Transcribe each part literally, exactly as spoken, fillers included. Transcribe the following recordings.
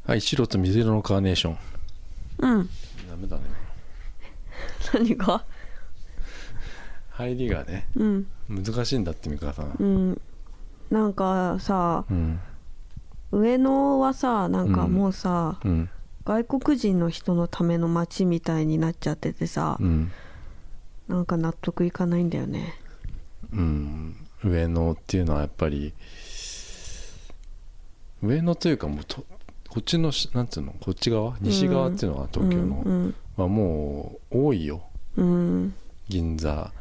はい、白と水色のカーネーション。 うん。 ダメだね。 何が？ 入りがね、 うん、 難しいんだってみかさん。 うん、なんかさ、 うん、 上野はさ、なんかもうさ、 うん、 外国人の人のための街みたいになっちゃっててさ、 うん、 なんか納得いかないんだよね。 うん、上野っていうのはやっぱり上野というかもうとこっちのなんていうのこっち側西側っていうのは東京の、うんうん、はもう多いよ、うん、銀座から、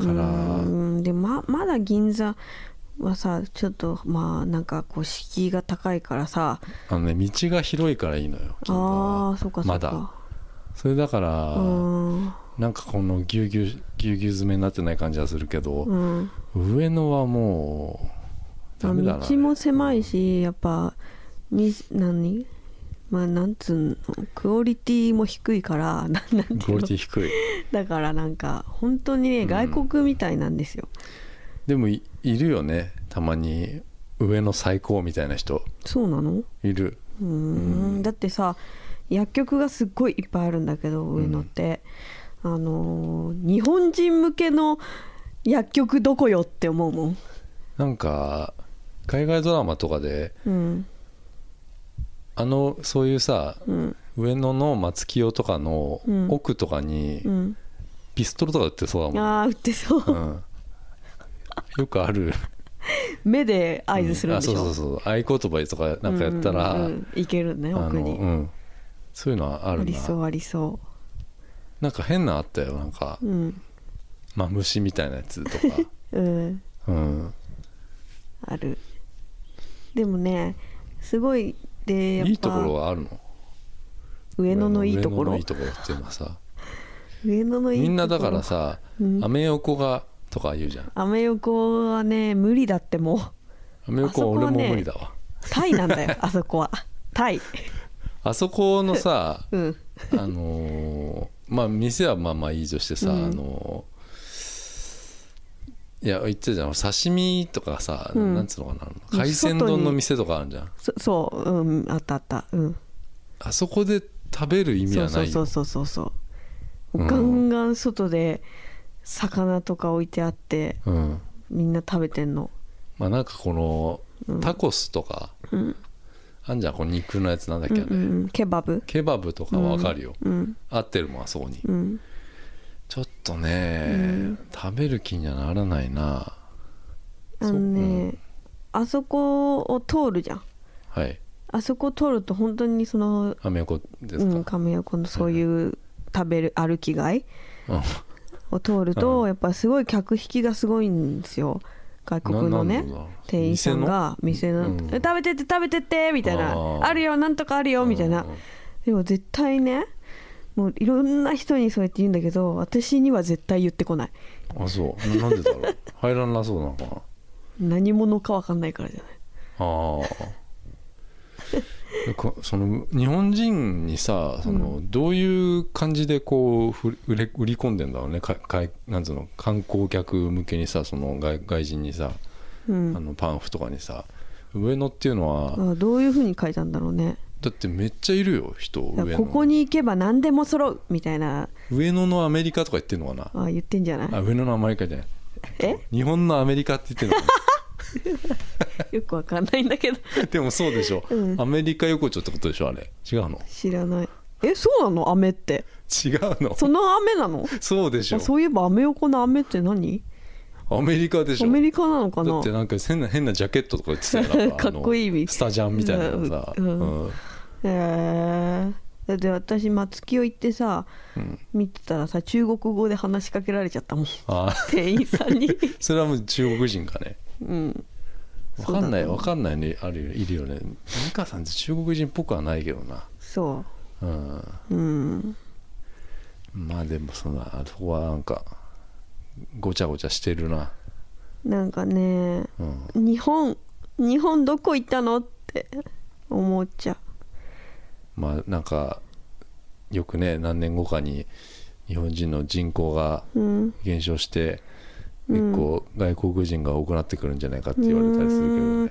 うんで ま, まだ銀座はさちょっとまあなんかこう敷居が高いからさあのね道が広いからいいのよ銀座は。 あーそうかそうかまだそれだからなんかこのぎゅうぎゅうぎゅうぎゅう詰めになってない感じはするけど、うん、上野はもうダメだな。 道も狭いしやっぱみ何まあなんつうのクオリティも低いからなんていうのクオリティ低いだからなんか本当にね、うん、外国みたいなんですよ。 でも い, いるよねたまに上の最高みたいな人。 そうなの？ いる。 うーん、うん、だってさ薬局がすっごいいっぱいあるんだけど上野って、うん、あのー、日本人向けの薬局どこよって思うもん。 なんか海外ドラマとかで、うん、あのそういうさ、うん、上野の松清とかの奥とかに、うん、ピストルとか売ってそうだもん、ね、 ああ売ってそう、うん、 よくある目で合図するんでしょ、うん、 あそうそうそう合言葉とかなんかやったら、うんうんうん、 いけるね奥に、うん、 そういうのはあるな。 ありそうありそう。 なんか変なあったよなんか、うん、マムシみたいなやつとかうん、うん、 ある。でもねすごいでやっぱいいところはあるの？ 上野のいいところ上野のいいところっていうのはさ上野のいいところみんなだからさ、うん、アメ横がとか言うじゃん。 アメ横はね無理だってもうアメ横は俺も無理だわ。 タイなんだよあそこはタイあそこのさ、うん、あのー、まあ店はまあまあいいとしてさ、うん、あのー、いや言ってたじゃん刺身とかさ、うん、なんつうのかな海鮮丼の店とかあるじゃん。 そそう、うん、あったあった、うん、 あそこで食べる意味はないよ。 そうそうそうそうそう、うん、ガンガン外で魚とか置いてあって、うん、みんな食べてんの。まあなんかこの、うん、タコスとか、うん、あんじゃんこの肉のやつなんだっけ、うんうん、 ケバブケバブとかわかるよ、うん、合ってるもんあそこに、うん、ちょっとね、うん、食べる気にはならないな。 あのね、うん、あそこを通るじゃん。 はい。 あそこを通ると本当にそのアメ横ですか？うん、 亀横のそういう食べる歩き街を通ると、うん、やっぱすごい客引きがすごいんですよ。外国のね店員さんが店の、うん、食べてって食べてってみたいな あ, あるよなんとかあるよみたいな、うん、でも絶対ねもういろんな人にそうやって言うんだけど私には絶対言ってこない。 あそうなんでだろう入らなそうなのかな何者か分かんないからじゃない。 ああその日本人にさその、うん、どういう感じでこう売れ売り込んでんだろうねかかなんつうの観光客向けにさその 外, 外人にさ、うん、あのパンフとかにさ上野っていうのはあどういう風に書いたんだろうね。 だってめっちゃいるよ人上野ここに行けば何でも揃うみたいな。 上野のアメリカとか言ってんのかな。 あ言ってんじゃない。 あ上野のアメリカじゃないえ日本のアメリカって言ってんのかなよくわかんないんだけどでもそうでしょ、うん、アメリカ横丁ってことでしょあれ。違うの？ 知らない。えそうなの？飴って違うの？ その飴なの？ そうでしょ。 そういえばアメ横の飴って何？ アメリカでしょ。 アメリカなのかな。 だってなんか変な変なジャケットとか言ってたよなんかかっこいい意味スタジャンみたいなのさ、うんうんうん、へえ。だって私松清行ってさ、うん、見てたらさ中国語で話しかけられちゃったもんあ店員さんにそれはもう中国人かね。うん分かんない分かんないねあるよいるよね。美香さんって中国人っぽくはないけどな。 そう、うんうん、 まあでもそんなあそこはなんかごちゃごちゃしてるな。 なんかね、うん、日本日本どこ行ったのって思っちゃう。 まあなんかよくね何年後かに日本人の人口が減少して、うん結構外国人が多くなってくるんじゃないかって言われたりするけどね。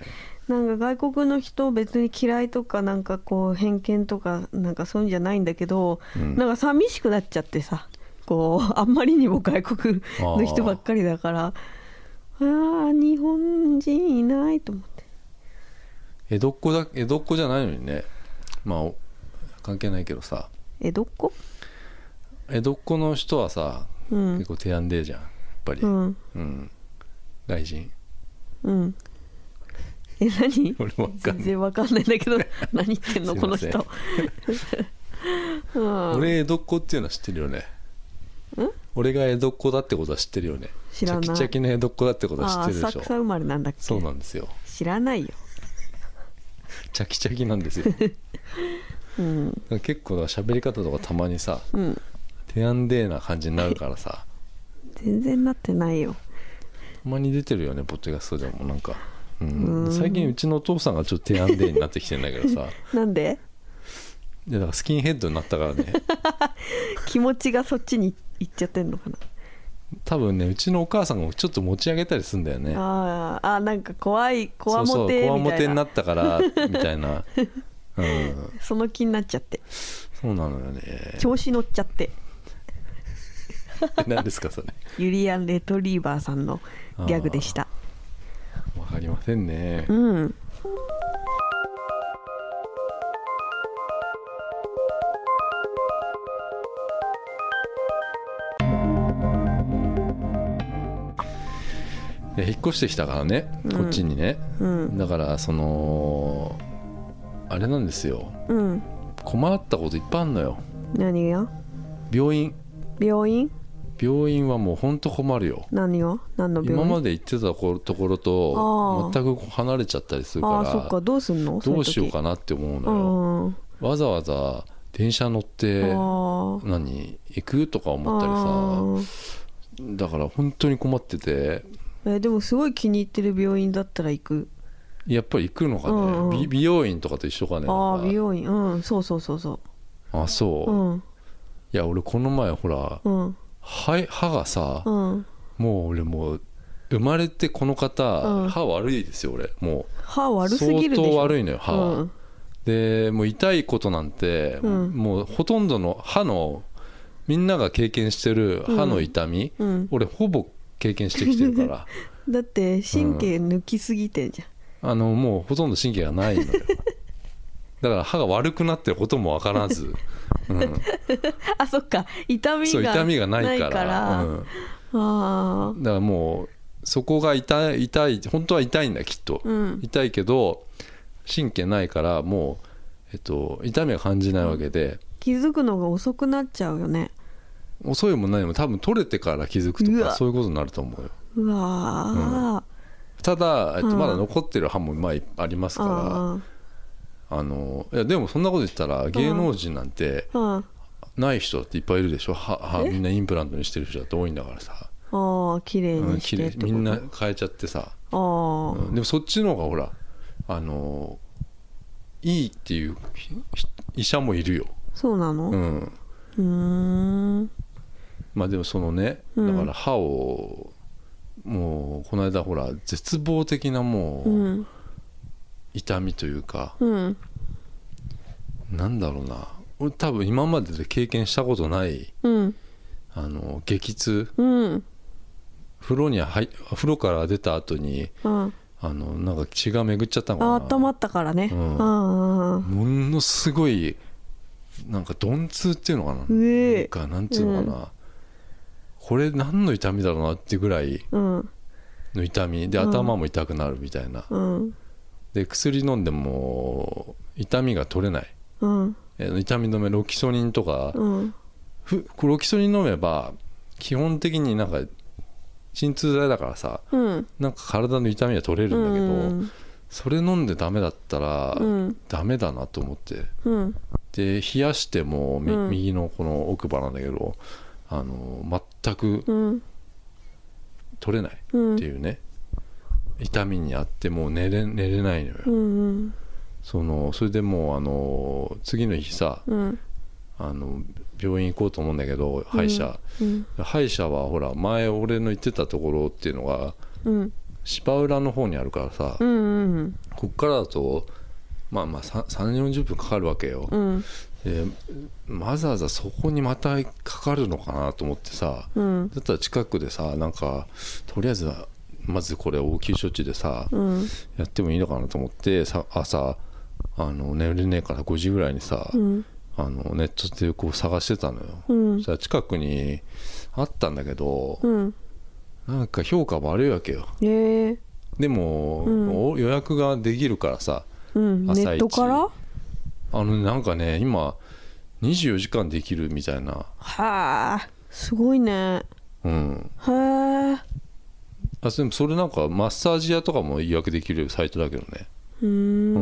なんか外国の人別に嫌いとかなんかこう偏見とかなんかそういうんじゃないんだけど、うん、なんか寂しくなっちゃってさ、こうあんまりにも外国の人ばっかりだから、ああ日本人いないと思って。 江戸っ子だ、江戸っ子じゃないのにね。まあ関係ないけどさ、 江戸っ子江戸っ子の人はさ、うん、結構提案でじゃんやっぱり、うんうん、外人、 うんえ何俺も分かんない全然分かんないんだけど何言ってんのこの人うん、俺江戸っ子っていうのは知ってるよね。ん俺が江戸っ子だってことは知ってるよね。 知らない。 チャキチャキの江戸っ子だってことは知ってるでしょ。 浅草生まれなんだっけ。 そうなんですよ。 知らないよ。 チャキチャキなんですよ、うん、結構喋り方とかたまにさ、うん、テアンデーな感じになるからさ全然なってないよ。 たまに出てるよねポッドキャストでもなんか、うん、最近うちのお父さんがちょっとテアンデーになってきてんだけどさなんで？ いやだからスキンヘッドになったからね気持ちがそっちに行っちゃってんのかな。 多分ねうちのお母さんがちょっと持ち上げたりするんだよね。 ああなんか怖いこわもてみたいな。 こわもてになったからみたいな、うん、 その気になっちゃって。 そうなのよね。 調子乗っちゃって何ですかそれ。 ユリアン・レトリーバーさんのギャグでした。 わかりませんね。 うん引っ越してきたからね、うん、こっちにね、うん、だからそのあれなんですよ、うん、困ったこといっぱいあんのよ。 何が？ 病院病院病院はもうほんと困るよ。 何が？何の病院？ 今まで行ってたところと全く離れちゃったりするから、 あそっかどうすんの？ どうしようかなって思うのよ。わざわざ電車乗って何行くとか思ったりさ、だから本当に困ってて。 えでもすごい気に入ってる病院だったら行く。 やっぱり行くのかね、うんうん、美, 美容院とかと一緒かね。 ああ美容院うんそうそうそうそう。 あそう、うん、いや俺この前ほら、うん、歯, 歯がさ、うん、もう俺もう生まれてこの方、うん、歯悪いですよ俺。もう歯悪すぎるでしょ。 相当悪いのよ歯は、うん、でもう痛いことなんて、うん、もうほとんどの歯のみんなが経験してる歯の痛み、うん、俺ほぼ経験してきてるからだって神経抜きすぎてんじゃん、 うん、あのもうほとんど神経がないのよだから歯が悪くなってることも分からず、うん、 あそっか痛みがそう痛みがないから、 から、うん、あだからもうそこが痛い痛い本当は痛いんだきっと、うん、痛いけど神経ないからもう、えっと、痛みは感じないわけで、うん、 気づくのが遅くなっちゃうよね。 遅いも何も多分取れてから気づくとかそういうことになると思うよ。 うわ、うん、 ただ、えっと、まだ残ってる歯もまあありますから、あのいやでもそんなこと言ったら芸能人なんてない人だっていっぱいいるでしょ。歯歯みんなインプラントにしてる人だって多いんだからさ。 あ綺麗にしてってこと、 うん、みんな変えちゃってさ。あ、うん、でもそっちの方がほらあのいいっていう医者もいるよ。 そうなの？うん。うーん。 まあでもそのね、だから歯をもうこの間ほら絶望的なもう痛みというか、うん、なんだろうな、俺多分今までで経験したことない、うん、あの激痛、うん、風呂に入風呂から出た後に、うん、あのなんか血が巡っちゃったのかな。 あ温まったからね、うん、 あものすごいなんか鈍痛っていうのかな、なんかなんていうのかな、うん、これ何の痛みだろうなっていうぐらいの痛みで、頭も痛くなるみたいな、うん、で薬飲んでも痛みが取れない、うん、痛み止めロキソニンとか、うん、ふロキソニン飲めば基本的になんか鎮痛剤だからさ、うん、なんか体の痛みは取れるんだけど、うん、それ飲んでダメだったらダメだなと思って、うん、で冷やしても、うん、右のこの奥歯なんだけどあの全く取れないっていうね、うん、痛みにあってもう寝れ、寝れないのよ、うんうん、そのそれでもうあの次の日さ、うん、あの病院行こうと思うんだけど歯医者、うんうん、歯医者はほら前俺の行ってたところっていうのが、うん、 芝浦の方にあるからさ、 うんうん、 こっからだとまあまあさんじゅう、よんじゅっぷんかかるわけよ、うん、でわざわざそこにまたかかるのかなと思ってさ、うん、だったら近くでさなんかとりあえずまずこれ応急処置でさ、うん、やってもいいのかなと思ってさ朝あの寝れねえからごじぐらいにさ、うん、あのネットでこう探してたのよ、うん、そしたら近くにあったんだけど、うん、なんか評価悪いわけよ、えー、でも、うん、予約ができるからさ、 うん、朝一ネットからあのなんかね今にじゅうよじかんできるみたいな。 はあすごいね。 うんへえ。 あでもそれなんかマッサージ屋とかも予約できるサイトだけどね。うーん、うん、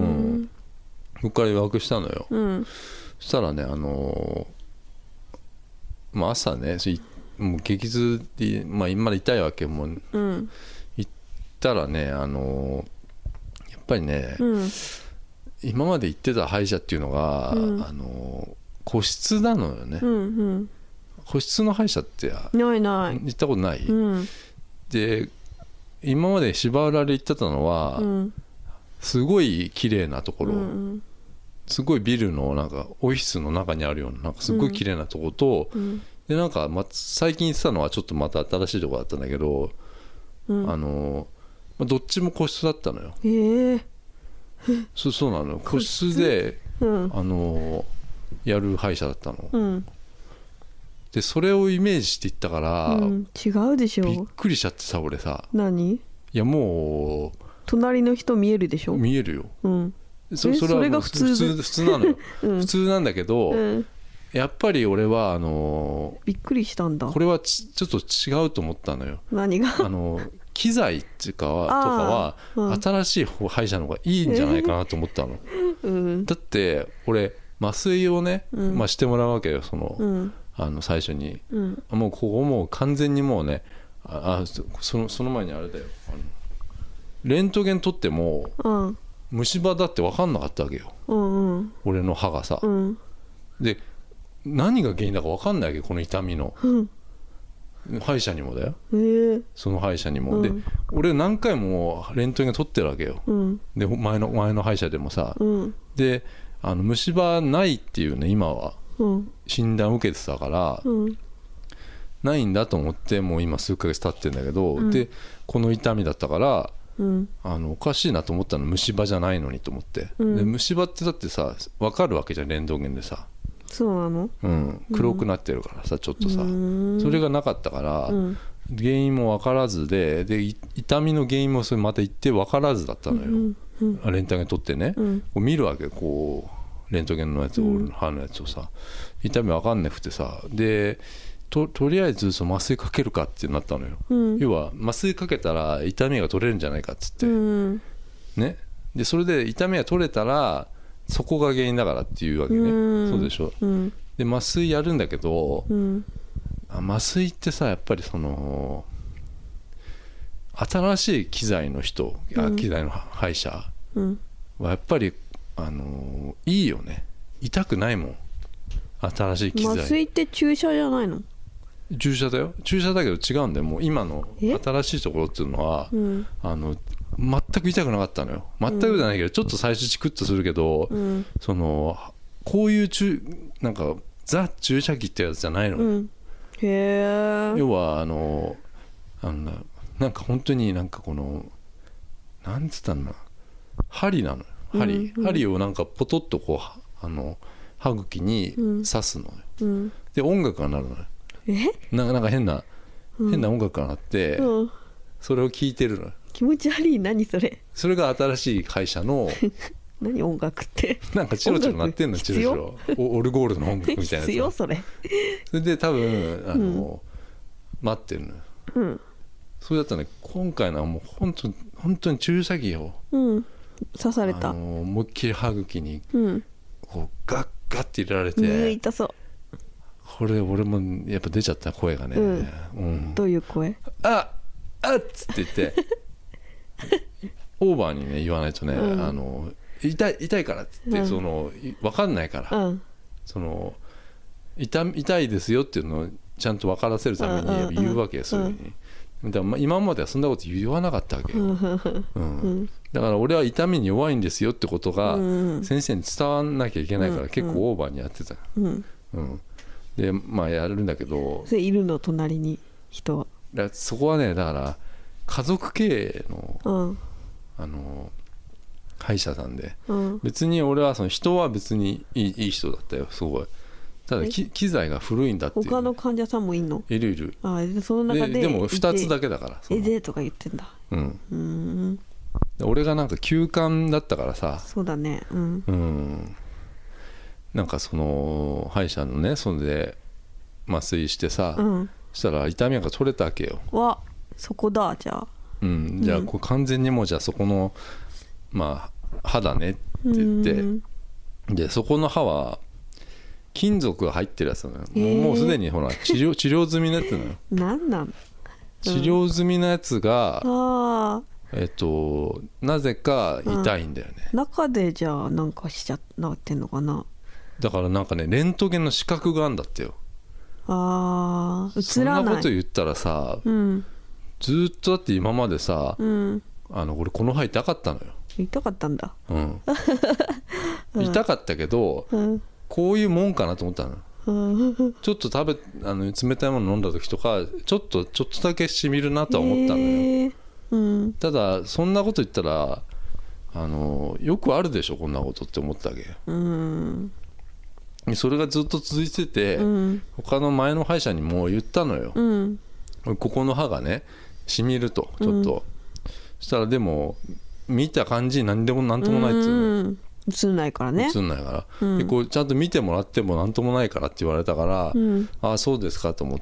ここから予約したのよ、うん、そしたらねあのー、まあ朝ねもう激痛で、まあ、今まで痛いわけもう、うん、行ったらねあのー、やっぱりね、うん、今まで行ってた歯医者っていうのが、うん、あのー、個室なのよね、うんうん、個室の歯医者ってないない行ったことない、うん、で今まで芝浦で行ってたのは、うん、すごい綺麗なところ、うん、すごいビルのなんかオフィスの中にあるようななんかすごい綺麗なところと、うん、でなんか、ま、最近行ってたのはちょっとまた新しいところだったんだけど、うん、あのどっちも個室だったのよ。 えー、 そ, そうなの個室で、うん、あのやる歯医者だったの、うん、でそれをイメージしていったから、うん、 違うでしょ。 びっくりしちゃってさ俺さ。 何？ いやもう隣の人見えるでしょ。 見えるよ、うん、 そ, それはそれが普通普通普通なのよ、うん、普通なんだけど、うん、やっぱり俺はあのびっくりしたんだ。 これはちちょっと違うと思ったのよ。 何が？ あの機材っていうかはとかは、うん、新しい歯医者の方がいいんじゃないかなと思ったの、うん、だって俺麻酔をね、うんまあ、してもらうわけよその、うん、あの最初に、うん、もうここもう完全にもうねああ そ, のその前にあれだよあのレントゲン取っても、うん、虫歯だって分かんなかったわけよ、うんうん、俺の歯がさ、うん、で何が原因だか分かんないわけこの痛みの、うん歯医者にもだよ、えー、その歯医者にも、うん、で俺何回もレントゲン取ってるわけよ、うん、で 前, の前の歯医者でもさ、うん、であの虫歯ないっていうね今は、うん、診断を受けてたから、うん、ないんだと思ってもう今数ヶ月経ってるんだけど、うん、でこの痛みだったから、うん、あのおかしいなと思ったの虫歯じゃないのにと思って、うん、で虫歯ってだってさ分かるわけじゃんレントゲンでさ。 そうなの、 うん、黒くなってるからさ、うん、ちょっとさそれがなかったから、うん、原因も分からず で, で痛みの原因もそれまた言って分からずだったのよ、うんうん、レントゲン取ってね、うん、こう見るわけこうレントゲンのやつを、うん、歯のやつをさ痛み分かんなくてさで と, とりあえずその麻酔かけるかってなったのよ、うん、要は麻酔かけたら痛みが取れるんじゃないかっつって、うん、ねでそれで痛みが取れたらそこが原因だからっていうわけね、うん、そうでしょ、うん、で麻酔やるんだけど、うん、麻酔ってさやっぱりその新しい機材の人、うん、機材の歯医者はやっぱりあのいいよね痛くないもん新しい機材。 麻酔って注射じゃないの？ 注射だよ注射だけど違うんだよもう今の新しいところっていうのは、うん、あの全く痛くなかったのよ全くじゃないけど、うん、ちょっと最初チクッとするけど、うん、そのこういう注なんかザ注射器ってやつじゃないの、うん、へー要はあのあのなんか本当になんかこのなんつったんだ針なのよ針、うんうん、針をなんかポトッとこうあの歯茎に刺すのよ、うん、で音楽が鳴るのよえななんか変な、うん、変な音楽が鳴って、うん、それを聴いてるのよ気持ち悪い何それそれが新しい会社の何音楽ってなんかチロチロ鳴ってんのチロチロオルゴールの音楽みたいなやつ必要それそれで多分あの、うん、待ってるのよ、うん、それだったらね今回のはもう本当に本当に注射器を、 うん、刺されたあの思いっきり歯茎にこうガッガッて入れられて、 うん、痛そうこれ俺もやっぱ出ちゃった声がね、うんうん、どういう声ああっつって言ってオーバーにね言わないとね、うん、あの痛い痛いからっつって、うん、その分かんないから、うん、その 痛, 痛いですよっていうのをちゃんと分からせるために言うわけよ、うん、そういうふうにだから今まではそんなこと言わなかったわけよ、うんだから俺は痛みに弱いんですよってことが先生に伝わんなきゃいけないから結構オーバーにやってた、うんうん、でまあやるんだけど、 それいるの隣に人は。 だそこはねだから家族経営の、 うん、 あの歯医者さんで、 うん、 別に俺はその人は別にいい、いい人だったよすごい。ただ機材が古いんだっていう。 他の患者さんもいんの？ いるいる。 あその中 で, で, でもふたつだけだからえでとか言ってんだ。 うん、 うーん俺がなんか休館だったからさ。 そうだね。うん、 うん、なんかその歯医者のねそれで麻酔してさ、うん、そしたら痛みが取れたわけよ。 わそこだじゃあ。 うん、じゃあこれ完全にもうじゃあそこのまあ歯だねって言って、うん、でそこの歯は金属が入ってるやつなのよ、えー、もうすでにほら治療治療済みのやつなのよ。 なんなん、うん、 治療済みのやつがあえっとなぜか痛いんだよね、 うん、中でじゃあなんかしちゃなってんのかな。 だからなんかねレントゲンの視覚があるんだってよ。 あー映らない。 そんなこと言ったらさ、うん、ずっとだって今までさ、うん、あの俺この歯痛かったのよ。 痛かったんだ、 うん痛かったけど、うん、こういうもんかなと思ったの、うん、ちょっと食べあの冷たいもの飲んだ時とかちょっとちょっとだけしみるなとは思ったのよ、えーうん、ただそんなこと言ったらあのよくあるでしょこんなことって思ったわけ、うん、それがずっと続いてて、うん、他の前の歯医者にも言ったのよ、うん、ここの歯がねしみるとちょっと、うん、そしたらでも見た感じ何でも何ともないっていうの。 映んないからね。 映んないから、うん、でこうちゃんと見てもらっても何ともないからって言われたから、うん、ああそうですかと思って、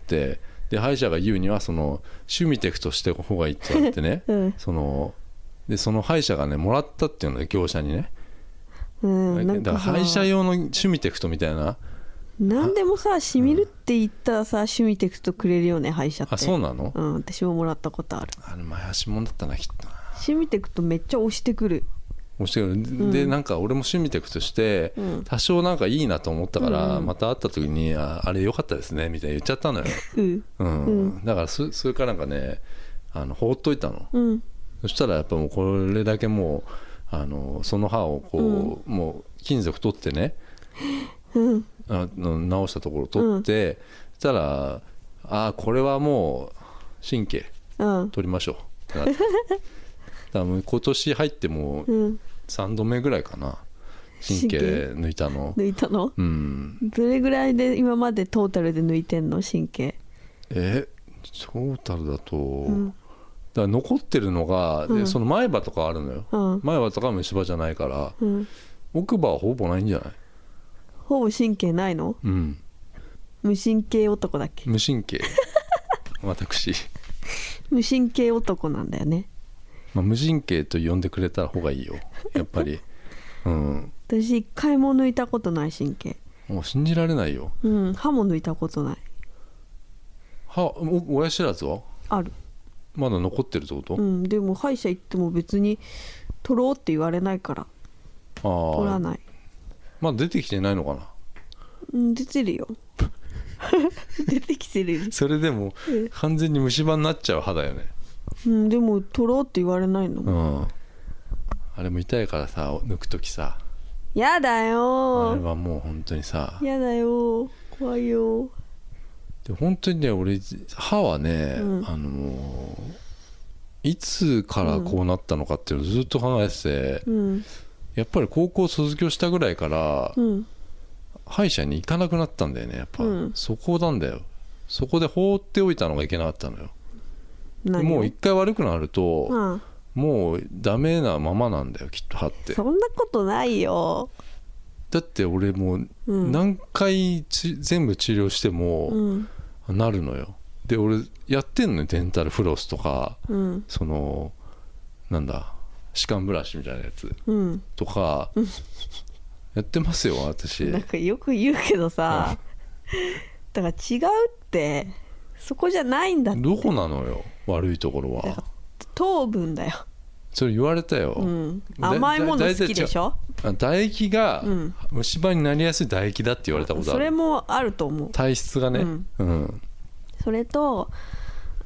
で歯医者が言うにはそのシュミテクトして方がいいって言われてね、うん、そのでその歯医者がねもらったっていうので業者にね、うん、なんかだから歯医者用のシュミテクトみたいな。 何でもさしみるって言ったらさ、うん、シュミテクトくれるよね歯医者って。 あそうなの？ うん、私ももらったことある。 あれ前足もんだったなきっとな。 シュミテクトめっちゃ押してくる。 押してくる、うん、でなんか俺もシュミテクトして、うん、多少なんかいいなと思ったから、うん、また会った時に あ, あれ良かったですねみたいに言っちゃったのよ、うんうんうん、だから そ, それからなんかねあの放っといたの、うん、そしたらやっぱもうこれだけもうあのその歯をこう、うん、もう金属取ってね、うん、あの直したところ取って、うん、そしたらあこれはもう神経取りましょう、うん、だからもう今年入ってもさんどめぐらいかな、神経抜いたの抜いたの、うん、どれぐらいで今までトータルで抜いてんの神経。 えトータルだと、うん、だから残ってるのが、うん、でその前歯とかあるのよ、うん、前歯とかは虫歯じゃないから、うん、奥歯はほぼないんじゃない。 ほぼ神経ないの、うん、無神経男だっけ。 無神経私無神経男なんだよね。 まあ、無神経と呼んでくれた方がいいよやっぱり、うん、 私一回も抜いたことない神経。 もう信じられないよ、 うん、歯も抜いたことない。 歯お親知らずはある。 まだ残ってるってこと。 うん、でも歯医者行っても別に取ろうって言われないから取らない。 まだ出てきてないのかな。 うん、出てるよ出てきてる。 それでも完全に虫歯になっちゃう歯だよね。 うん、でも取ろうって言われないの、うん、 あれも痛いからさ抜くときさやだよ。 あれはもう本当にさやだよ怖いよ。 で本当にね俺歯はね、うん、あのいつからこうなったのかっていうのをずっと考えてて、うん、やっぱり高校卒業したぐらいから、うん、歯医者に行かなくなったんだよねやっぱ、うん、そこなんだよ。そこで放っておいたのがいけなかったのよ。もう一回悪くなると、うん、もうダメなままなんだよきっと歯って。 そんなことないよ。 だって俺もう何回ち、うん、全部治療してもなるのよ。で俺やってんのよデンタルフロスとか、うん、そのなんだ歯間ブラシみたいなやつ、うん、とかやってますよ私。 なんかよく言うけどさだから違うってそこじゃないんだって。 どこなのよ悪いところは。 糖分だよ。 それ言われたよ、うん、 甘いもの好きでしょ。 唾液が虫歯になりやすい唾液だって言われたことある。 それもあると思う。 体質がね、うんうん、 それと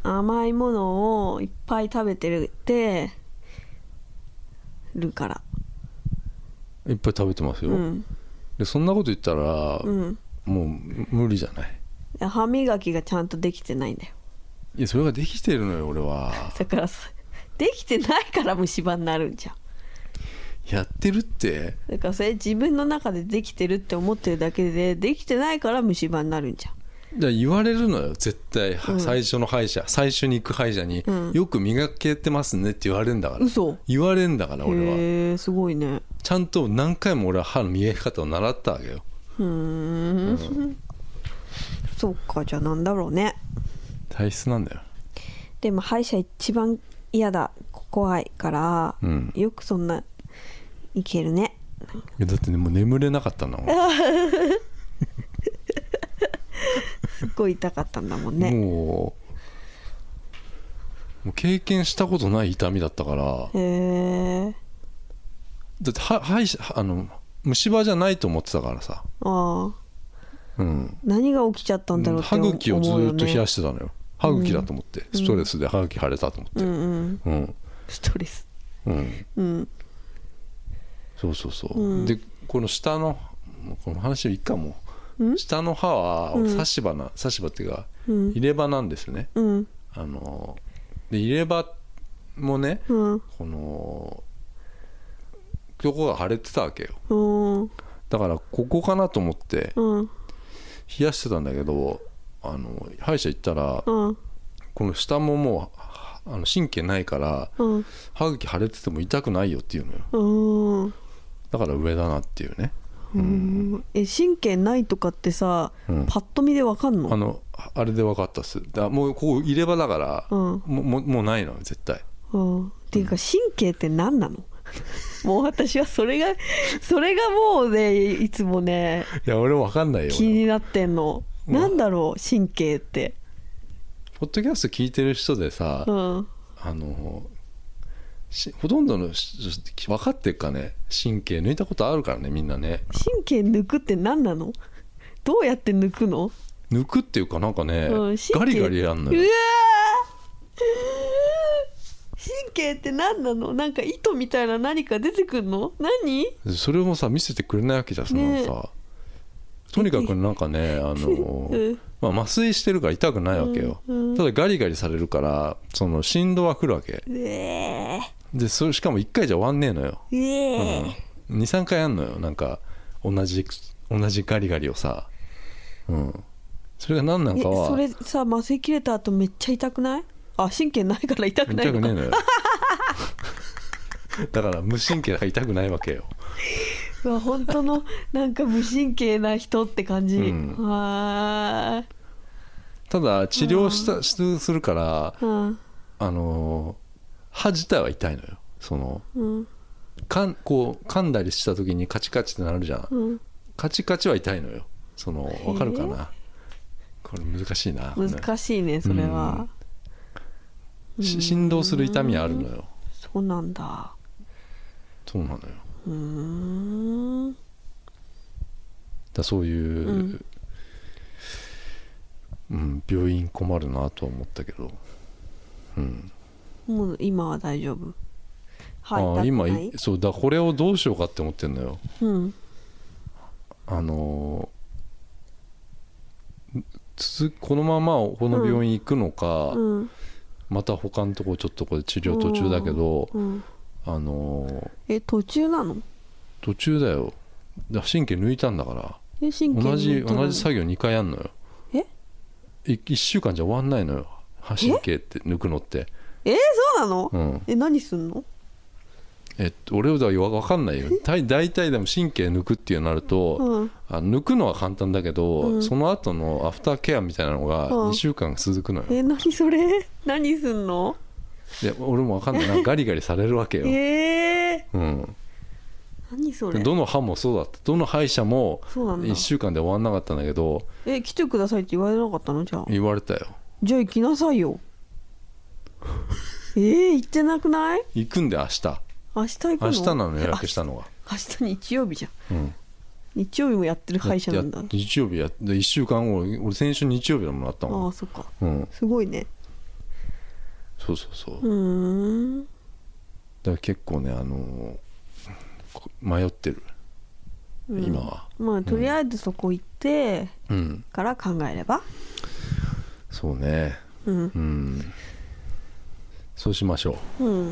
甘いものをいっぱい食べてるってるからいっぱい食べてますよ、うん、でそんなこと言ったら、うん、もう無理じゃない。 いや歯磨きがちゃんとできてないんだよ。 いやそれができてるのよ俺は。 だからできてないから虫歯になるんじゃん。 やってるって。 だからそれ自分の中でできてるって思ってるだけでできてないから虫歯になるんじゃん。 だ言われるのよ絶対、うん、最初の歯医者最初に行く歯医者に、うん、よく磨けてますねって言われるんだから。 嘘。 言われるんだから俺は。 へえすごいね。 ちゃんと何回も俺は歯の磨き方を習ったわけよ。 うーん、うん、そっか。じゃあなんだろうね。 体質なんだよ。 でも歯医者一番嫌だ怖いから、うん、よくそんないけるね。 いやだってねもう眠れなかったんだもんすっごい痛かったんだもんね。 もうもう経験したことない痛みだったから。へえ。だっては歯医者あの虫歯じゃないと思ってたからさ。ああ、 うん、何が起きちゃったんだろうって思うよね。 歯茎をずっと冷やしてたのよ。歯茎だと思って、うん、ストレスで歯茎腫れたと思って、うんうんうん、 ストレス、 うんうん、そうそうそう、うん、でこの下のこの話いいかも、うん、下の歯は差し歯な、うん、差し歯っていうか、うん、入れ歯なんですね、うん、あので入れ歯もね、うん、このどこが腫れてたわけよ、うん、だからここかなと思って冷やしてたんだけど、あの歯医者行ったら、うん、この下ももうあの神経ないから、うん、歯茎腫れてても痛くないよっていうのよ、うん、だから上だなっていうね、 うんうん、え神経ないとかってさ、うん、パッと見で分かんの？ あのあれで分かったっす。だもうここ入れ歯だから、うん、も, も, もうないの絶対、 うん、っていうか神経って何なの？もう私はそれがそれがもうねいつもねいや俺分かんないよ気になってんの。なんだろう神経って。 ポッドキャスト聞いてる人でさ、うん、あのほとんどの分かってるかね。神経抜いたことあるからねみんなね。 神経抜くって何なの？どうやって抜くの？ 抜くっていうかなんかね、うん、ガリガリやんのよ。うわ神経って何なの？なんか糸みたいな何か出てくるの？何？ それもさ見せてくれないわけじゃん、そのさ、とにかくなんかねあの、うんまあ、麻酔してるから痛くないわけよ、うんうん、ただガリガリされるからその振動は来るわけ、えー、でそれしかもいっかいじゃ終わんねえのよ、えーうん、にさんかいやんのよなんか同じ同じガリガリをさ、うん、それが何なんかは。 それさ麻酔切れた後めっちゃ痛くない？あ神経ないから痛くないのか。痛くねえのよだから無神経だから痛くないわけよ。 うわ本当のなんか無神経な人って感じ、うん、はただ治療したするから、うん、あの歯自体は痛いのよ。その、うん、かんこう噛んだりした時にカチカチってなるじゃん、うん、カチカチは痛いのよ。その分かるかな。これ難しいな。 難しいねそれは、 うん、振動する痛みあるのよ。 そうなんだ。 そうなのよ。うーんだそういう、うんうん、病院困るなとは思ったけど、うん、 もう今は大丈夫。 はいあ今そうだこれをどうしようかって思ってんのよ、うん、あのつこのままこの病院行くのか、うん、また他のとこちょっとこれ治療途中だけど、うん、あのえ途中なの？ 途中だよ。だ神経抜いたんだから。え神経同じ同じ作業にかいやんのよ。えいいっしゅうかんじゃ終わんないのよ神経って抜くのって。 えー、そうなの、うん、え何すんの？ えっと俺は分かんないよ。大体でも神経抜くっていうなると、うん、あ抜くのは簡単だけど、うん、その後のアフターケアみたいなのがにしゅうかん続くのよ、 うん、え何それ何すんの？ いや俺も分かんないなガリガリされるわけよ。えー、うん何それ。 どの歯もそうだった。どの歯医者もいっしゅうかんで終わんなかったんだけど。 え来てくださいって言われなかったの？じゃあ言われたよ。 じゃあ行きなさいよえー、行ってなくない？ 行くんで明日明日行くの？ 明日なの予約したのが。 明日日曜日じゃん、うん、日曜日もやってる歯医者なんだ。 日曜日やっていっしゅうかんご俺先週日曜日だもんあったもん。 ああそっか、うん、すごいね。 そうそうそう。 うーん。 だから結構ね、あの迷ってる、うん、今は。 まあとりあえずそこ行って、うん、から考えれば。 そうね。うん、うん、そうしましょう。うん。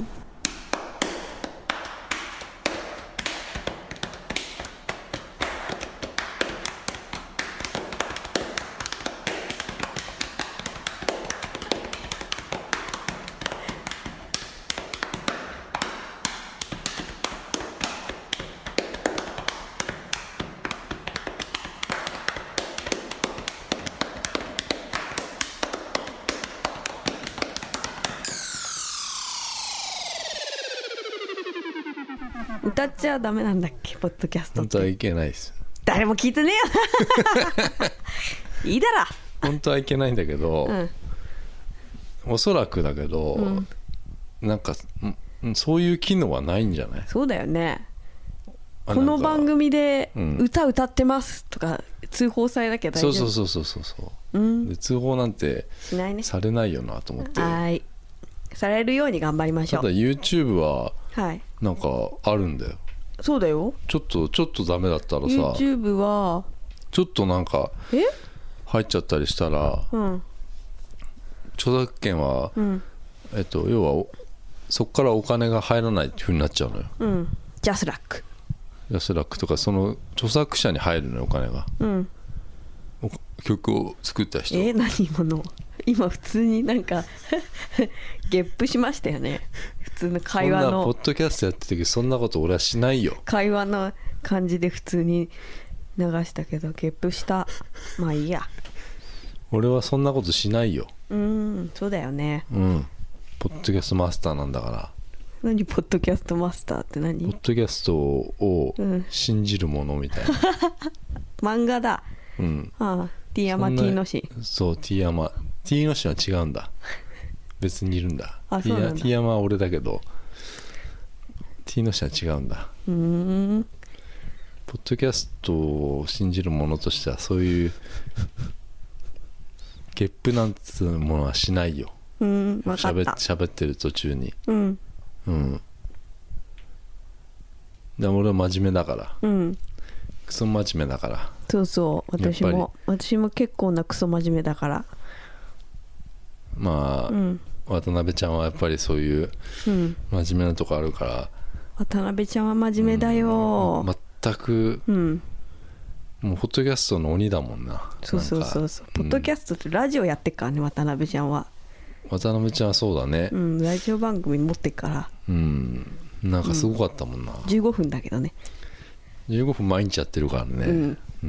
歌っちゃダメなんだっけ、ポッドキャストって。 本当はいけないです。 誰も聞いてねえよいいだろ。 本当はいけないんだけど、うん、おそらくだけど、うん、なんかそういう機能はないんじゃない？ そうだよね。この番組で歌歌ってますとか通報されなきゃ大丈夫。 そうそうそうそうそう、うん、で通報なんてされないよなと思って、 はい、されるように頑張りましょう。 ただ YouTube はなんかあるんだよ、はい、 そうだよ。 ちょっとちょっとダメだったらさ YouTube はちょっとなんか入っちゃったりしたら、うん、著作権は、うん、えっと要はそこからお金が入らないっていう風になっちゃうのよ、 うん、ジャスラックジャスラックとかその著作者に入るのよお金が、うん、曲を作った人。 えー、何今の今普通になんかゲップしましたよね。普通の会話の。 そんなポッドキャストやってる時そんなこと俺はしないよ。 会話の感じで普通に流したけどゲップした。まあいいや。 俺はそんなことしないよ。 うん、そうだよね。 うん。ポッドキャストマスターなんだから。 何ポッドキャストマスターって何？ ポッドキャストを信じるものみたいな、うん、 漫画だ。うん。ああ、T 山 T のし。 そう T 山 T のしは違うんだ。別にいるんだ。 あ、そうなんだ。 T 山は俺だけど T のしは違うんだ。うーん。ポッドキャストを信じるものとしてはそういうゲップなんてものはしないよ。 うん、分かった。 喋、喋ってる途中に。うん。うん。で俺は真面目だから。うん。クソ真面目だから。 そうそう私も私も結構なクソ真面目だから。 まあ、うん、渡辺ちゃんはやっぱりそういう真面目なとこあるから。 渡辺ちゃんは真面目だよ。 うん、全く、うん、もうポッドキャストの鬼だもんな。 そうそうそうそう、うん、ポッドキャストってラジオやってっからね渡辺ちゃんは。 渡辺ちゃんはそうだね、 うん、ラジオ番組持ってっから。 うん、なんかすごかったもんな、うん、 じゅうごふんだけどね。 じゅうごふん毎日やってるからね、うんうん、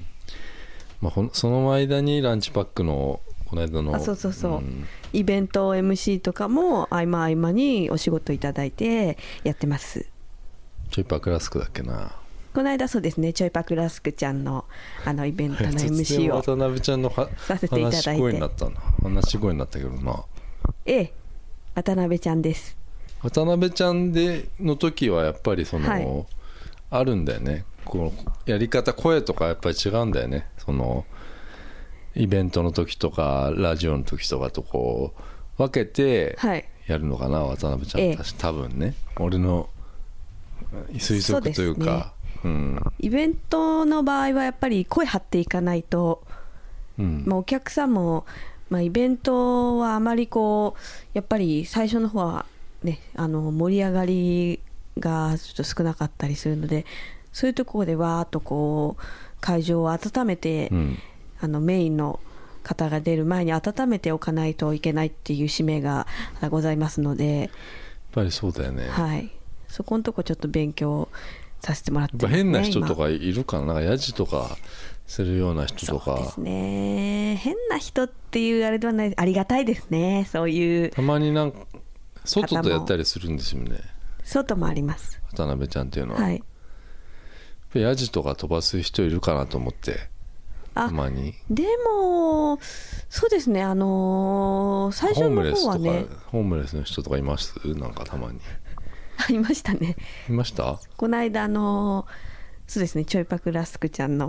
まあ、その間にランチパックのこの間のあそうそうそう、うん、イベント エムシー とかも合間合間にお仕事いただいてやってます。 ちょいパクラスクだっけな。 この間そうですね、ちょいパクラスクちゃんのあのイベントの エムシー を渡辺ちゃんのはさせていただいて話し声になったな話し声になったけどな。 ええ、渡辺ちゃんです。 渡辺ちゃんでの時はやっぱりその、はい、あるんだよね、こうやり方声とかやっぱり違うんだよね。そのイベントの時とかラジオの時とかとこう分けてやるのかな、はい、渡辺ちゃん、ええ、多分ね俺の推測というかう、ね、うん、 イベントの場合はやっぱり声張っていかないと、うんまあ、お客さんも、まあ、イベントはあまりこうやっぱり最初の方はねあの盛り上がりがちょっと少なかったりするので、そういうところでわーっとこう会場を温めて、うん、あのメインの方が出る前に温めておかないといけないっていう使命がございますので、やっぱりそうだよね。 はい、そこのとこちょっと勉強させてもらってますね。 変な人とかいるかな、なんかヤジとかするような人とか。 そうですね、変な人っていうあれではない、ありがたいですね。そういうたまになんか外とやったりするんですよね。 外もあります、 渡辺ちゃんっていうのは。はい、ヤジとか飛ばす人いるかなと思って。たまに。でもそうですね、あのー、最初の方はねホームレスの人とかいます、なんかたまにいましたね。 いました。 この間あのー、そうですね、ちょいパクラスクちゃんの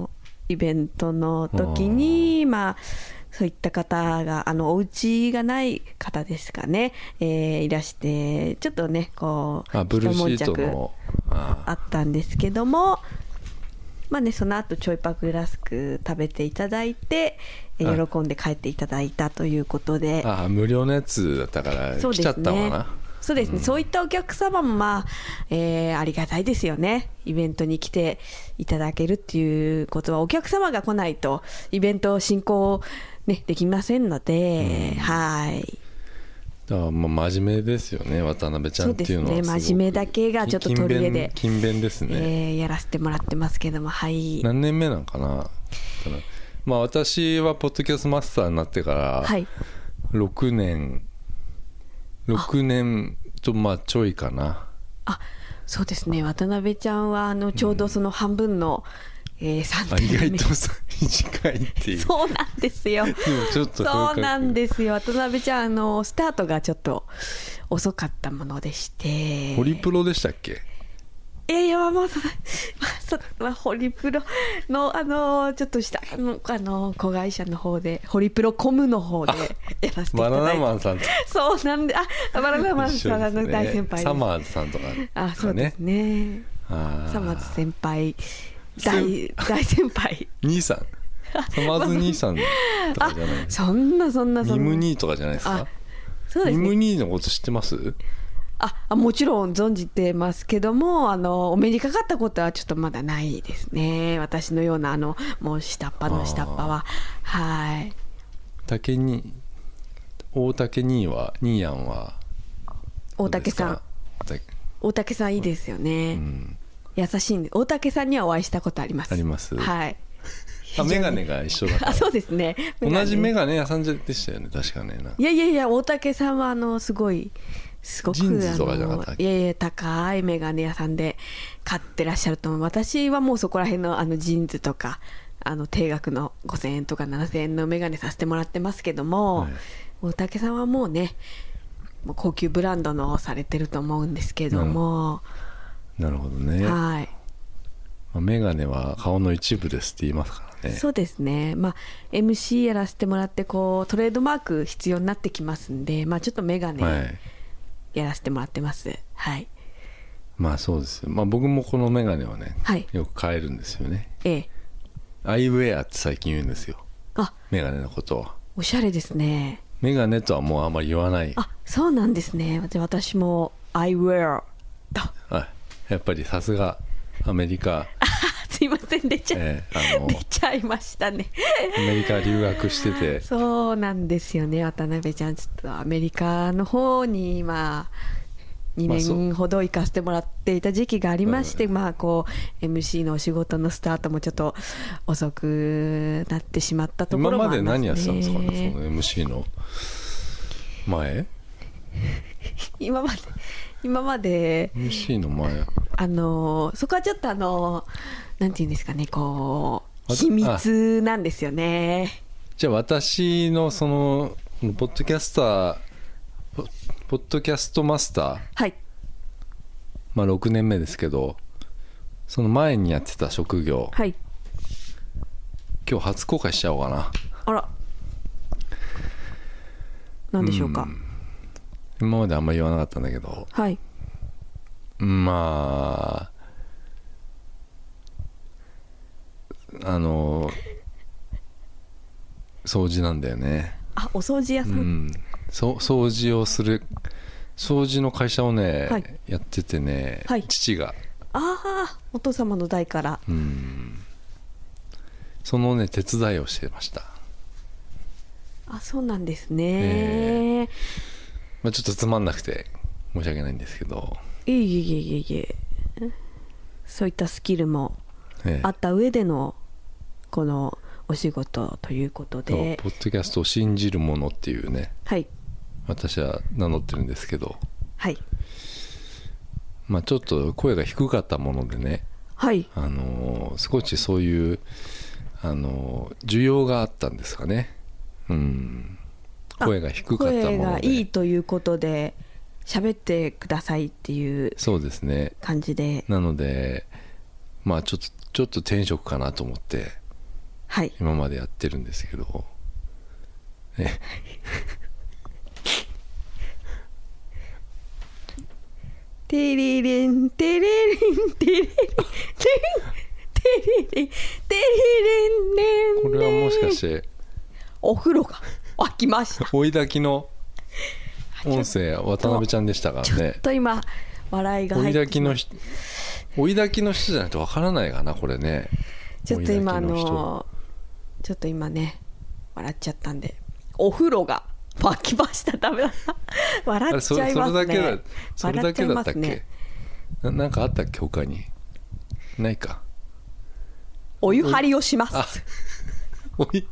イベントの時にまあそういった方があのお家がない方ですかね、えー、いらしてちょっとねこうあブルーシートのあったんですけども、まあねその後ちょいパクラスク食べていただいて喜んで帰っていただいたということで、 ああ無料のやつだったから来ちゃったのかな。 そうですね、 うん、 そういったお客様もまあ、えー、ありがたいですよね。イベントに来ていただけるっていうことはお客様が来ないとイベント進行、ね、できませんので、うん、はいだからまあ真面目ですよね渡辺ちゃんっていうのは。 そうですね、真面目だけがちょっと取り柄で勤勉ですね、 えー、やらせてもらってますけども、はい。 何年目なんかな。まあ私はポッドキャストマスターになってからろくねん、はい、ろくねんとまあちょいかな。 あ、そうですね。渡辺ちゃんはあのちょうどその半分の、うんえー、さんねんめ。 意外と短いっていう。 そうなんですよ。 ちょっとそうなんですよ。渡辺ちゃんあのスタートがちょっと遅かったものでして。 ホリプロでしたっけ？ いやいや、まあ、そまあ、ホリプロの、あのちょっとしたあの、あの子会社の方でホリプロコムの方でやらせていただいて、バナナマンさんとそうなんで、あバナナマンさん、ね、の大先輩です。 サマーズさんとか、ね、 あそうですね。サマーズ先輩 大, 大先輩兄さんサマーズ兄さんとかじゃない。 そんなそんなそんなニム兄とかじゃないですか。 そうですね、 ニム兄のこと知ってます？ あもちろん存じてますけども、あのお目にかかったことはちょっとまだないですね。私のようなあのもう下っ端の下っ端は。はい。 竹に大竹兄は兄やんは大竹さん大竹さんいいですよね、うん、優しいんで。大竹さんにはお会いしたことあります。 あります。 はい。 あメガネが一緒だから。 あそうですね。 同じメガネ屋さんでしたよね確かね。 いやいやいや、大竹さんはあのすごいすごくジーンズとかじゃなかったっけ？ いやいや高いメガネ屋さんで買ってらっしゃると思う。私はもうそこら辺のあのジーンズとかあの定額のごせんえんとかななせんえんのメガネさせてもらってますけども、はい、大竹さんはもうねもう高級ブランドのをされてると思うんですけども、 うん、なるほどね。 はい。 まあ、メガネは顔の一部ですって言いますからね。 そうですね、まあ、エムシー やらせてもらってこうトレードマーク必要になってきますんで、まあ、ちょっとメガネ、はいやらせてもらってます。はい。 まあそうですよ。まあ僕もこのメガネはね、はい、よく買えるんですよね。ええ。アイウェアって最近言うんですよ。あ、メガネのことは。 おしゃれですね。 メガネとはもうあんまり言わない。 あ、そうなんですね。私もアイウェアと。 はい。やっぱりさすがアメリカ。 すいません出ちゃ、えー、あの出ちゃいましたね。 アメリカ留学してて。 そうなんですよね。渡辺ちゃんちょっとアメリカの方に今にねんほど行かせてもらっていた時期がありまして、まあ、まあこう エムシー のお仕事のスタートもちょっと遅くなってしまったところもありますね。 今まで何やってたんですかね、その エムシー の前今まで今までエムシー の前あのそこはちょっとあのなんていうんですかね、こう秘密なんですよね。 じゃあ私のそのポッドキャスターポッドキャストマスター、はい、まあろくねんめですけど、その前にやってた職業、はい、今日初公開しちゃおうかな。 あら、何でしょうか。うん、 今まであんまり言わなかったんだけど、はい、まああの掃除なんだよね。 あ、お掃除屋さん、うん、 そ掃除をする掃除の会社をね、はい、やっててね、はい、父がああお父様の代から、うん、 そのね手伝いをしてました。 あ、そうなんですね、えーまあ、ちょっとつまんなくて申し訳ないんですけど、 いえいえいえいえ、そういったスキルもあった上でのこのお仕事ということで、 ポッドキャストを信じるものっていうね、はい、私は名乗ってるんですけど、はい、まあちょっと声が低かったものでね、はい、あの少しそういうあの需要があったんですかね、うん、声が低かったもので、 声がいいということで喋ってくださいっていうそうですね感じで、 なのでまあちょっとちょっと転職かなと思ってはい今までやってるんですけど、ね、 テレレンテレレンテレレンテレレンテレレンテレレンこれはもしかしてお風呂が沸きました追い焚きの音声渡辺ちゃんでしたからね。 ちょっと今笑いが入って追い焚きの人追い焚きの人じゃないとわからないかなこれね。 ちょっと今あのちょっと今ね笑っちゃったんでお風呂が沸きました。ダメだ笑っちゃいますね。 それだけだそれだけだったっけ、 ね、 な, なんかあったっけ他にないか。 お湯張りをします。 あおい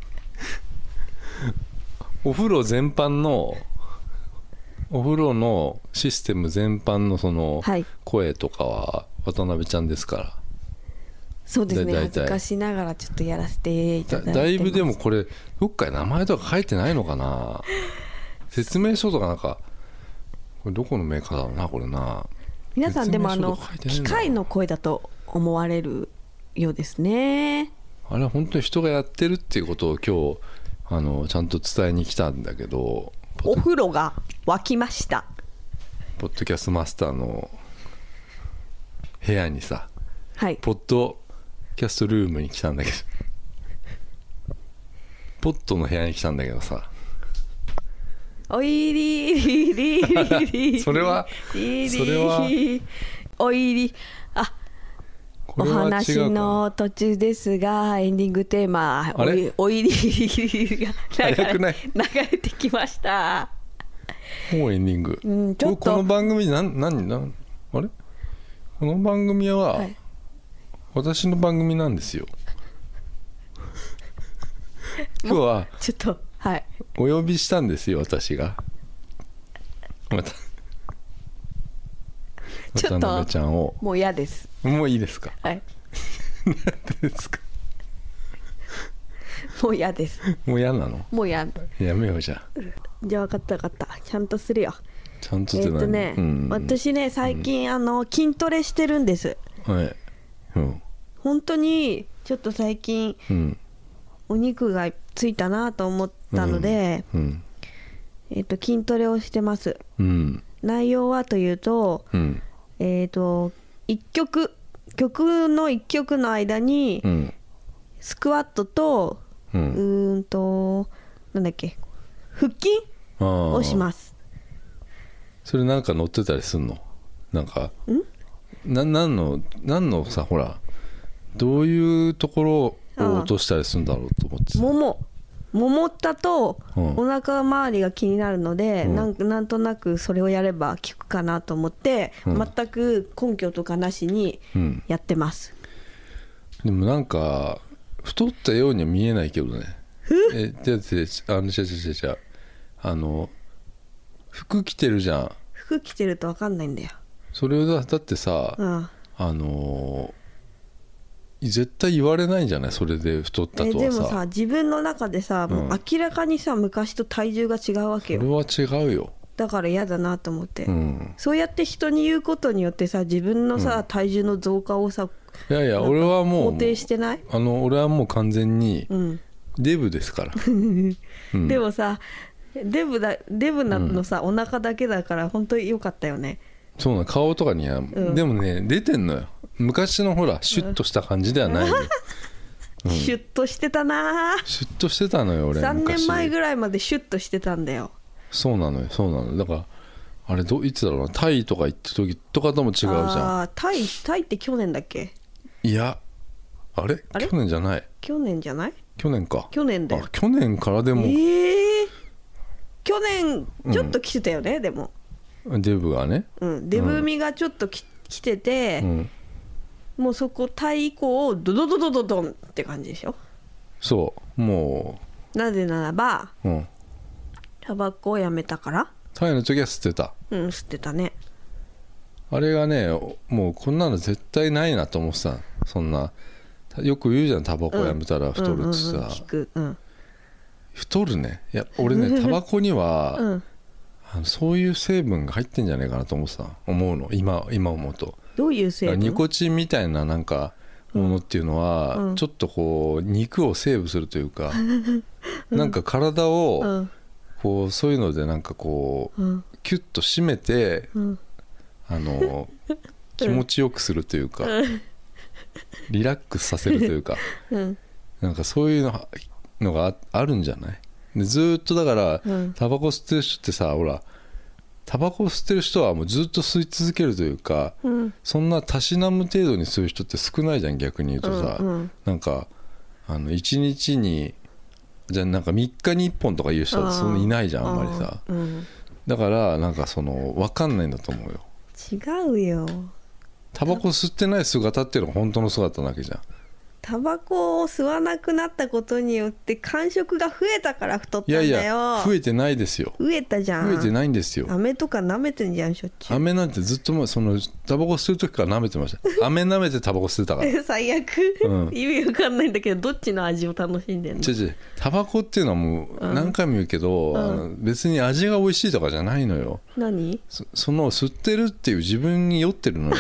お風呂全般のお風呂のシステム全般のその声とかは渡辺ちゃんですから、はい、 そうですね。恥ずかしながらちょっとやらせていただいてます。 だ, だいぶでもこれどっかに名前とか書いてないのかな説明書とかなんかこれどこのメーカーだろうなこれな。 皆さんでもあの機械の声だと思われるようですね。 あれは本当に人がやってるっていうことを今日あのちゃんと伝えに来たんだけど、 お風呂が沸きました。 ポッドキャストマスターの部屋にさ、 はい、 ポッドキャストルームに来たんだけどポッドの部屋に来たんだけどさ、 おいりりりりりそれはそれはおいりあお話の途中ですがエンディングテーマおいおいりりりが流れ、流れてきました。 もうエンディング、うん、ちょっとこの番組何何何あれこの番組は、はい、私の番組なんですよ今日はちょっとはいお呼びしたんですよ私がまたちょっと渡辺ちゃんをもう嫌です。 もういいですか。 はいなんでですか。 もう嫌です。 もう嫌なの。 もう嫌。 やめようじゃあ。 じゃあ分かった分かった。ちゃんとするよ。 ちゃんとって何？ えー、っとね、うんうん、私ね最近、うん、あの筋トレしてるんです。 はい。うん。 本当にちょっと最近、うん、お肉がついたなと思ったので、うんうん、えー、っと筋トレをしてます。うん。内容はというと、うん、えー、っといっきょく曲のいっきょくの間に、うん、スクワットと、うん、うーんとなんだっけ腹筋をします。 それなんか乗ってたりすんの？なんかんな何の何のさほらどういうところを落としたりするんだろうと思ってさ。 ももももったとお腹周りが気になるので、うん、なんなんとなくそれをやれば効くかなと思って、うん、全く根拠とかなしにやってます、 うん、でもなんか太ったようには見えないけどね。えじゃああの違う違う違う違うあの服着てるじゃん。 服着てると分かんないんだよ。 それを だ, だってさ、うん、あの絶対言われないんじゃないそれで太ったとはさ。 えでもさ自分の中でさ、うん、もう明らかにさ昔と体重が違うわけよ。 それは違うよ。 だから嫌だなと思って、うん、そうやって人に言うことによってさ自分のさ、うん、体重の増加をさいやいや俺はもう肯定してない？ あの俺はもう完全にデブですから、うん、でもさデブだデブなのさ、うん、お腹だけだから本当に良かったよね。 そうな顔とかには、うん、でもね出てんのよ。昔のほらシュッとした感じではないのよ、 うん、シュッとしてたな。 シュッとしてたのよ俺。 さんねんまえぐらいまでシュッとしてたんだよ。 そうなのよそうなのよ。だからあれどいつだろうなタイとか行った時とかとも違うじゃん。 あタイタイって去年だっけ。 いやあれあれ去年じゃない。 去年じゃない去年か。 去年だよ。 あ去年からでも、えー、去年ちょっと来てたよね、うん、でもデブがね、 うん、デブ味がちょっとき、うん、来てて、うん、もうそこタイ以降ドドドドドドンって感じでしょ。 そうもうなぜならば、うん、タバコをやめたから。 タイの時は吸ってた。 うん吸ってたね。 あれがねもうこんなの絶対ないなと思ってた。そんなよく言うじゃんタバコやめたら太るってさ、うんうんうん聞くうん、太るね。いや俺ねタバコには、うん、あのそういう成分が入ってんじゃないかなと思ってた思うの 今, 今思うと。 どういう成分？ ニコチンみたいななんかものっていうのは、うん、ちょっとこう肉をセーブするというか、うん、なんか体をこうそういうのでなんかこう、うん、キュッと締めて、うん、あの気持ちよくするというか、うん、リラックスさせるというか、うん、なんかそういうの、のが あ, あるんじゃない？でずっとだからタバコ吸ってる人ってさ、ほらタバコを吸ってる人はもうずっと吸い続けるというか、うん、そんなたしなむ程度に吸う人って少ないじゃん、逆に言うとさ、うんうん、なんかあのいちにちにじゃあなんかみっかにいっぽんとか言う人はそんないないじゃん、あんまりさ、うん、だからなんかその分かんないんだと思うよ。 違うよ、 タバコ吸ってない姿っていうのが本当の姿なわけじゃん。 タバコを吸わなくなったことによって間食が増えたから太ったんだよ。いやいや増えてないですよ。 増えたじゃん。 増えてないんですよ。 飴とか舐めてんじゃん、しょっちゅう。 飴なんてずっともうそのタバコ吸う時から舐めてました。飴舐めてタバコ吸ってたから最悪、うん、意味わかんないんだけど、どっちの味を楽しんでんの？ 違う違う、タバコっていうのはもう何回も言うけど、うん、あの別に味が美味しいとかじゃないのよ。 何？ そ, その吸ってるっていう自分に酔ってるのよ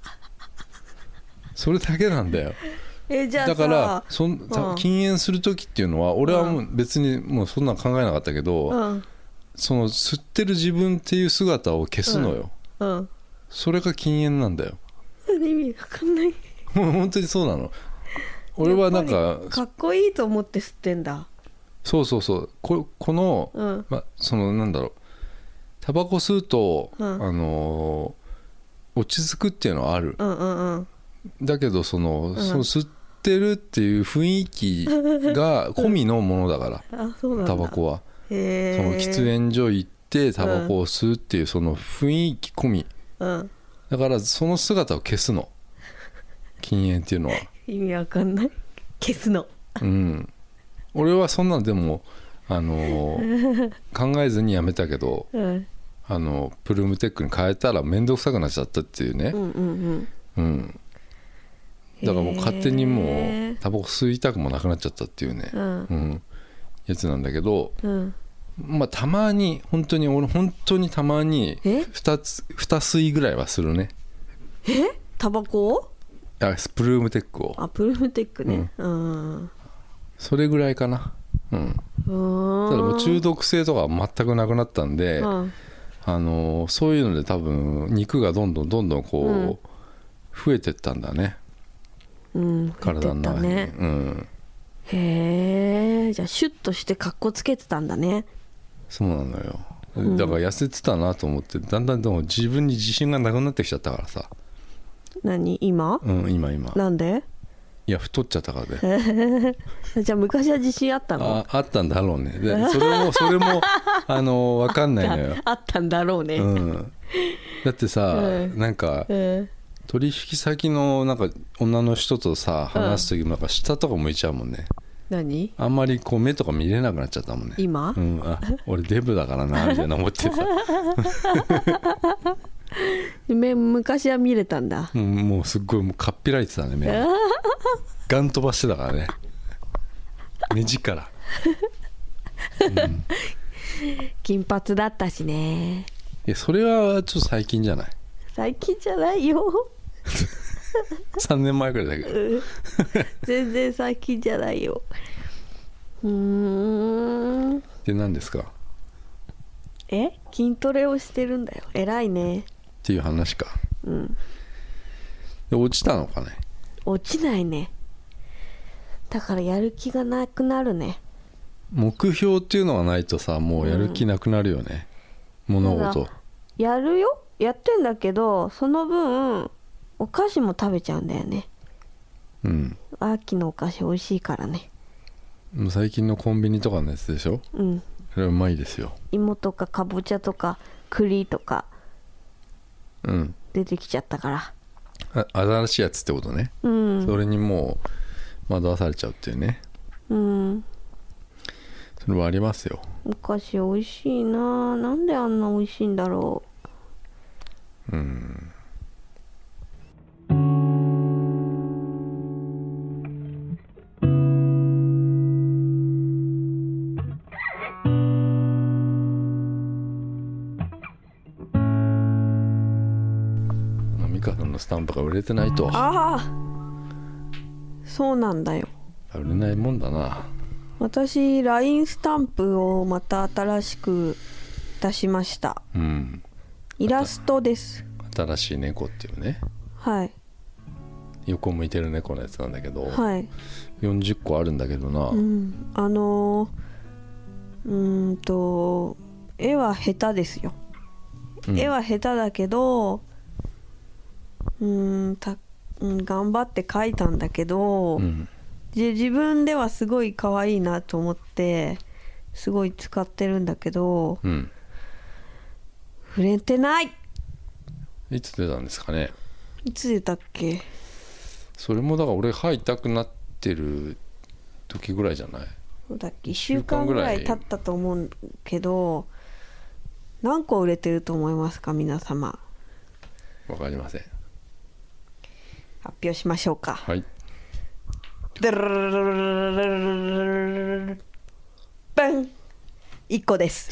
それだけなんだよ。 えじゃあだからそん、うん、禁煙する時っていうのは俺はもう別にもうそんなの考えなかったけど、うん、その吸ってる自分っていう姿を消すのよ、うんうん、それが禁煙なんだよ。 意味わかんない。 もう本当にそうなの。俺はなんかかっこいいと思って吸ってんだ。 そうそうそう、 こ, この、うんま、そのなんだろう、タバコ吸うと、うん、あのー、落ち着くっていうのはある、うんうんうん、だけどその、うん、その吸ってるっていう雰囲気が込みのものだから、うん、あ、そうなんだ。タバコはへその喫煙所行ってタバコを吸うっていうその雰囲気込み、うん、だからその姿を消すの、禁煙っていうのは。 意味わかんない。消すの。 うん。俺はそんなんでもあの考えずにやめたけど、うん、あのプルームテックに変えたら面倒くさくなっちゃったっていうね。うんうんうん。うん。だからもう勝手にもうタバコ吸いたくもなくなっちゃったっていうね、うんうん、やつなんだけど、うん、まあたまに本当に俺本当にたまにふたつに吸いぐらいはするね。 えタバコを？ あプルームテックを。 あプルームテックね、うんうん、 それぐらいかな、うん、ただもう中毒性とかは全くなくなったんで、うん、あのそういうので多分肉がどんどんどんどんこう、うん、増えてったんだね、うん、体の中に、ね、うん、 へえ、じゃあシュッとしてカッコつけてたんだね。 そうなのよ。だから痩せてたなと思って、だんだんでも自分に自信がなくなってきちゃったからさ。 何今？ うん今今。 なんで？ いや太っちゃったからでじゃあ昔は自信あったの？ あ, あったんだろうね。でそれもそれもあの分かんないのよ。 あったんだろうね、うん、 だってさ、うん、なんか、うん、取引先のなんか女の人とさ話す時もなんか下とか向いちゃうもんね。 何？ あんまりこう目とか見れなくなっちゃったもんね今、 うん、あ俺デブだからなみたいな思ってた目昔は見れたんだ、 うん、もうすっごいもうかっぴらいてたね目ガン飛ばしてたからね目力、うん、 金髪だったしね。 いやそれはちょっと最近じゃない？ 最近じゃないよさんねんまえくらいだけど、うん、 全然最近じゃないよ。うーんで何ですか？ え筋トレをしてるんだよ。偉いねっていう話か。うんで落ちたのかね？ 落ちないね。だからやる気がなくなるね。 目標っていうのがないとさもうやる気なくなるよね、うん、物事やるよやってんだけどその分お菓子も食べちゃうんだよね。うん。秋のお菓子美味しいからね。 最近のコンビニとかのやつでしょ？うん。それはうまいですよ。 芋とかかぼちゃとか栗とか、うん、出てきちゃったから。 あ新しいやつってことね。うん。それにもう惑わされちゃうっていうね。うん。それはありますよ。 お菓子美味しいな。なんであんな美味しいんだろう。うん。 ミカさんのスタンプが売れてないと。 ああそうなんだよ。 売れないもんだな。 私 ライン スタンプをまた新しく出しました。 うん。 イラストです。 新しい猫っていうね。 はい。 横向いてる猫のやつなんだけど、 はい、 よんじゅっこあるんだけどな、 うん、あのー、うーんと絵は下手ですよ、うん、絵は下手だけどうーんた、うん、頑張って描いたんだけど、うん、自分ではすごい可愛いなと思ってすごい使ってるんだけど、うん、触れてない。 いつ出たんですかね。 いつ出たっけ。 それもだから俺歯痛くなってる時ぐらいじゃない。 そうだっけ。いっしゅうかんぐらい経ったと思うけど、何個売れてると思いますか皆様。 わかりません。 発表しましょうか。 はい。 バンいっこです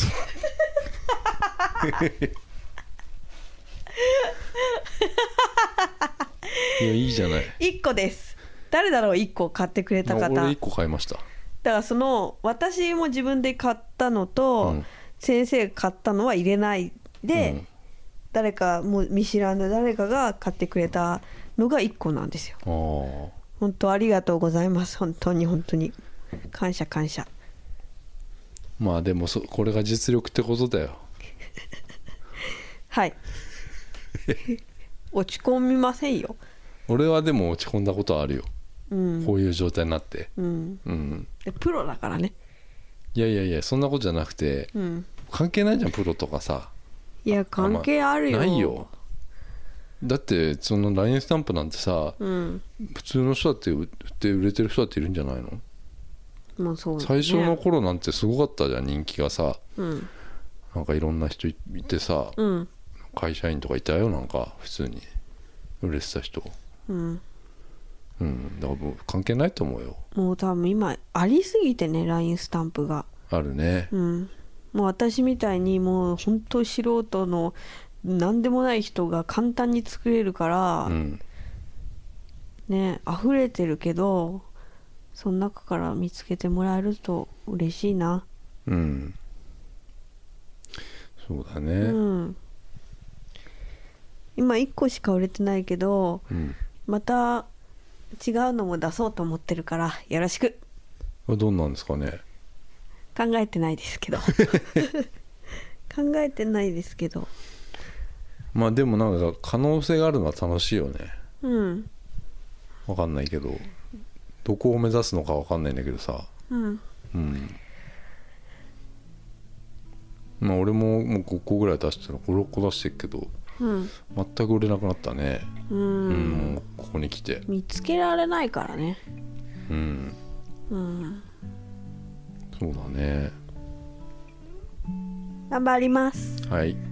いやいいじゃない。 いっこです。誰だろういっこ買ってくれた方。 俺いっこ買いました。だからその私も自分で買ったのと、うん、先生が買ったのは入れないで、うん、誰かもう見知らぬ誰かが買ってくれたのがいっこなんですよ。本当ありがとうございます。本当に本当に感謝感謝。 まあでもそこれが実力ってことだよはい落ち込みませんよ。 俺はでも落ち込んだことあるよ、うん、こういう状態になって、 うんうん、プロだからね。 いやいやいやそんなことじゃなくて、うん、関係ないじゃんプロとかさ。 いや関係あるよ。 ないよ。だってその ライン スタンプなんてさ、うん、普通の人だって売って売れてる人だっているんじゃないの。 まあそうね、 最初の頃なんてすごかったじゃん人気がさ、うん、なんかいろんな人いてさ、うん、会社員とかいたよなんか普通に売れてた人。うんうん、だからもう関係ないと思うよ。 もう多分今ありすぎてね ライン スタンプがあるね、 うん、もう私みたいにもう本当素人の何でもない人が簡単に作れるから、うん、ね溢れてるけどその中から見つけてもらえると嬉しいな。 うんそうだね、うん、 今いっこしか売れてないけど、うん、また違うのも出そうと思ってるからよろしく。 どんなんですかね。 考えてないですけど考えてないですけどまあでもなんか可能性があるのは楽しいよね。 うん分かんないけどどこを目指すのか分かんないんだけどさ、 うんうんまあ俺ももうごこぐらい出してるごろっこ出してるけど、うん、全く売れなくなったね。うん、うん、もうここに来て見つけられないからね。 うん、うん、そうだね。 頑張ります。 はい。